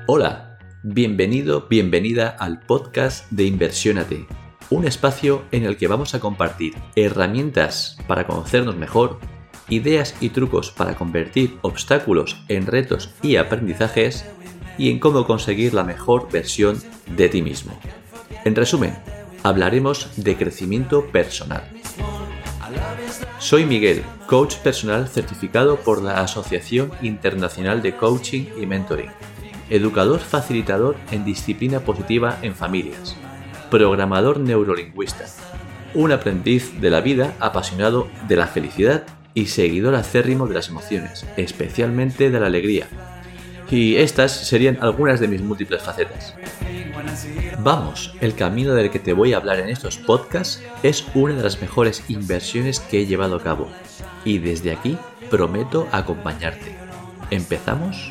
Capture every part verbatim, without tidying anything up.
Hola, bienvenido, bienvenida al podcast de Inversiónate, un espacio en el que vamos a compartir herramientas para conocernos mejor, ideas y trucos para convertir obstáculos en retos y aprendizajes y en cómo conseguir la mejor versión de ti mismo. En resumen, hablaremos de crecimiento personal. Soy Miguel, coach personal certificado por la Asociación Internacional de Coaching y Mentoring, educador facilitador en disciplina positiva en familias, programador neurolingüista, un aprendiz de la vida apasionado de la felicidad y seguidor acérrimo de las emociones, especialmente de la alegría. Y estas serían algunas de mis múltiples facetas. Vamos, el camino del que te voy a hablar en estos podcasts es una de las mejores inversiones que he llevado a cabo. Y desde aquí prometo acompañarte. ¿Empezamos?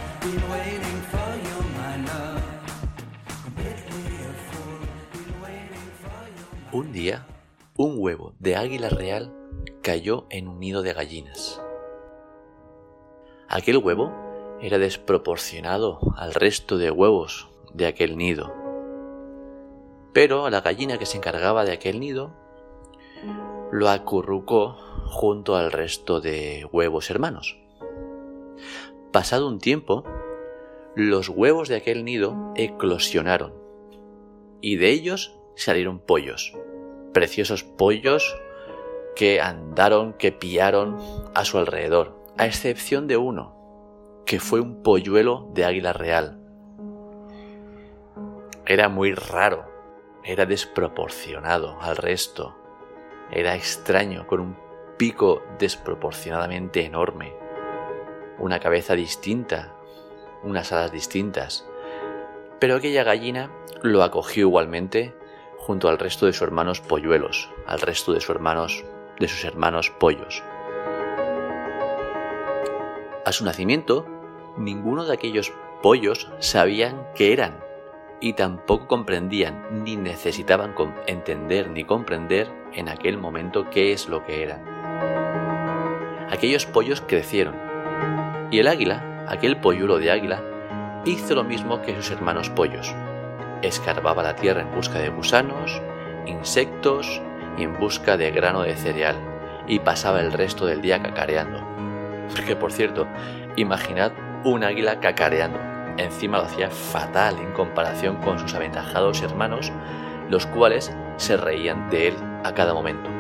Un día, un huevo de águila real cayó en un nido de gallinas. Aquel huevo era desproporcionado al resto de huevos de aquel nido. Pero la gallina que se encargaba de aquel nido lo acurrucó junto al resto de huevos hermanos. Pasado un tiempo, los huevos de aquel nido eclosionaron y de ellos salieron pollos, preciosos pollos que andaron, que piaron a su alrededor, a excepción de uno, que fue un polluelo de águila real. Era muy raro, era desproporcionado al resto, era extraño, con un pico desproporcionadamente enorme, una cabeza distinta, unas alas distintas, pero aquella gallina lo acogió igualmente junto al resto de sus hermanos polluelos, al resto de sus hermanos, de sus hermanos pollos. A su nacimiento, ninguno de aquellos pollos sabían qué eran y tampoco comprendían ni necesitaban entender ni comprender en aquel momento qué es lo que eran. Aquellos pollos crecieron y el águila, aquel polluelo de águila, hizo lo mismo que sus hermanos pollos. Escarbaba la tierra en busca de gusanos, insectos y en busca de grano de cereal y pasaba el resto del día cacareando. Porque, por cierto, imaginad un águila cacareando. Encima lo hacía fatal en comparación con sus aventajados hermanos, los cuales se reían de él a cada momento.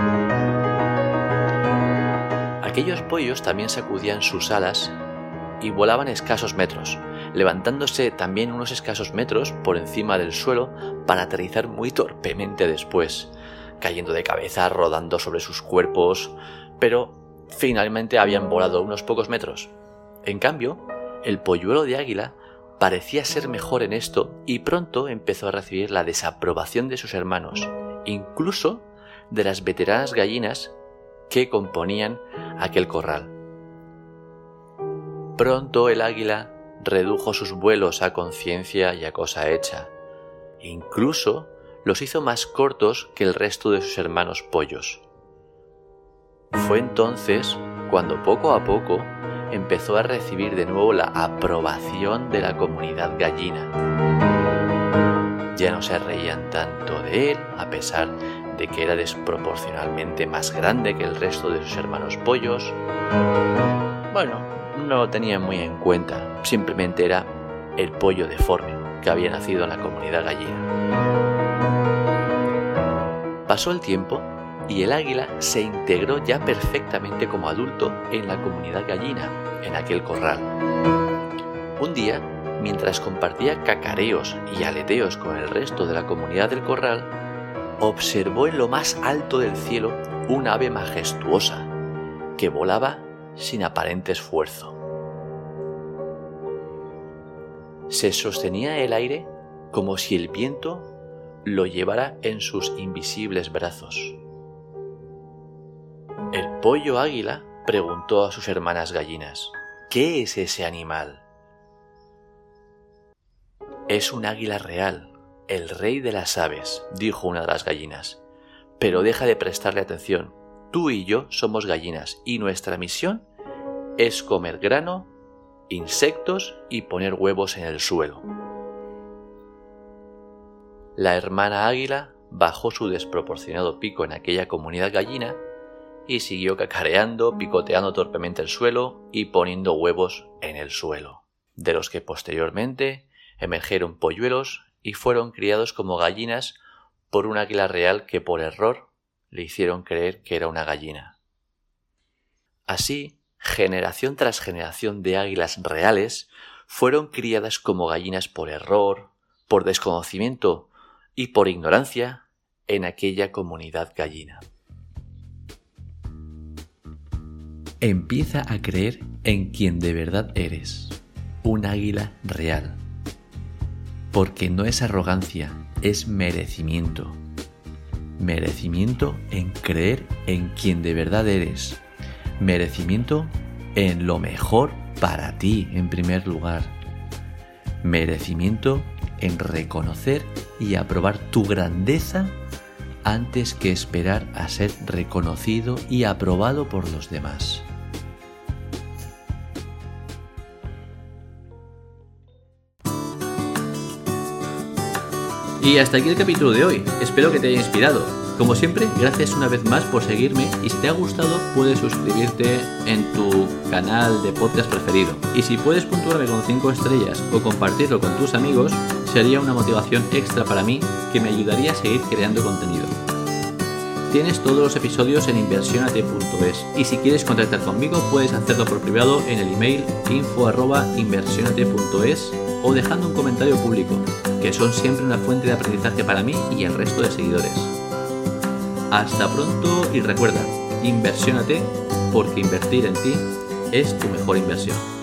Aquellos pollos también sacudían sus alas y volaban escasos metros, levantándose también unos escasos metros por encima del suelo para aterrizar muy torpemente después, cayendo de cabeza, rodando sobre sus cuerpos, pero finalmente habían volado unos pocos metros. En cambio, el polluelo de águila parecía ser mejor en esto y pronto empezó a recibir la desaprobación de sus hermanos, incluso de las veteranas gallinas que componían aquel corral. Pronto el águila redujo sus vuelos a conciencia y a cosa hecha. Incluso los hizo más cortos que el resto de sus hermanos pollos. Fue entonces cuando poco a poco empezó a recibir de nuevo la aprobación de la comunidad gallina. Ya no se reían tanto de él, a pesar de que era desproporcionalmente más grande que el resto de sus hermanos pollos. Bueno, no lo tenían muy en cuenta, simplemente era el pollo deforme que había nacido en la comunidad gallina. Pasó el tiempo y el águila se integró ya perfectamente como adulto en la comunidad gallina, en aquel corral. Un día, mientras compartía cacareos y aleteos con el resto de la comunidad del corral, observó en lo más alto del cielo un ave majestuosa que volaba sin aparente esfuerzo. Se sostenía el aire como si el viento lo llevara en sus invisibles brazos. El pollo águila preguntó a sus hermanas gallinas: ¿qué es ese animal? Es un águila real, el rey de las aves, dijo una de las gallinas. Pero deja de prestarle atención. Tú y yo somos gallinas y nuestra misión es comer grano insectos y poner huevos en el suelo. La hermana águila bajó su desproporcionado pico en aquella comunidad gallina y siguió cacareando, picoteando torpemente el suelo y poniendo huevos en el suelo, de los que posteriormente emergieron polluelos y fueron criados como gallinas por un águila real que por error le hicieron creer que era una gallina. Así, generación tras generación de águilas reales fueron criadas como gallinas por error, por desconocimiento y por ignorancia en aquella comunidad gallina. Empieza a creer en quien de verdad eres, un águila real. Porque no es arrogancia, es merecimiento. Merecimiento en creer en quien de verdad eres. Merecimiento en lo mejor para ti en primer lugar. Merecimiento en reconocer y aprobar tu grandeza antes que esperar a ser reconocido y aprobado por los demás. Y hasta aquí el capítulo de hoy. Espero que te haya inspirado. Como siempre, gracias una vez más por seguirme y si te ha gustado puedes suscribirte en tu canal de podcast preferido. Y si puedes puntuarme con cinco estrellas o compartirlo con tus amigos, sería una motivación extra para mí que me ayudaría a seguir creando contenido. Tienes todos los episodios en inversionate punto es y si quieres contactar conmigo puedes hacerlo por privado en el email info arroba inversionate punto es o dejando un comentario público, que son siempre una fuente de aprendizaje para mí y el resto de seguidores. Hasta pronto y recuerda, inversiónate porque invertir en ti es tu mejor inversión.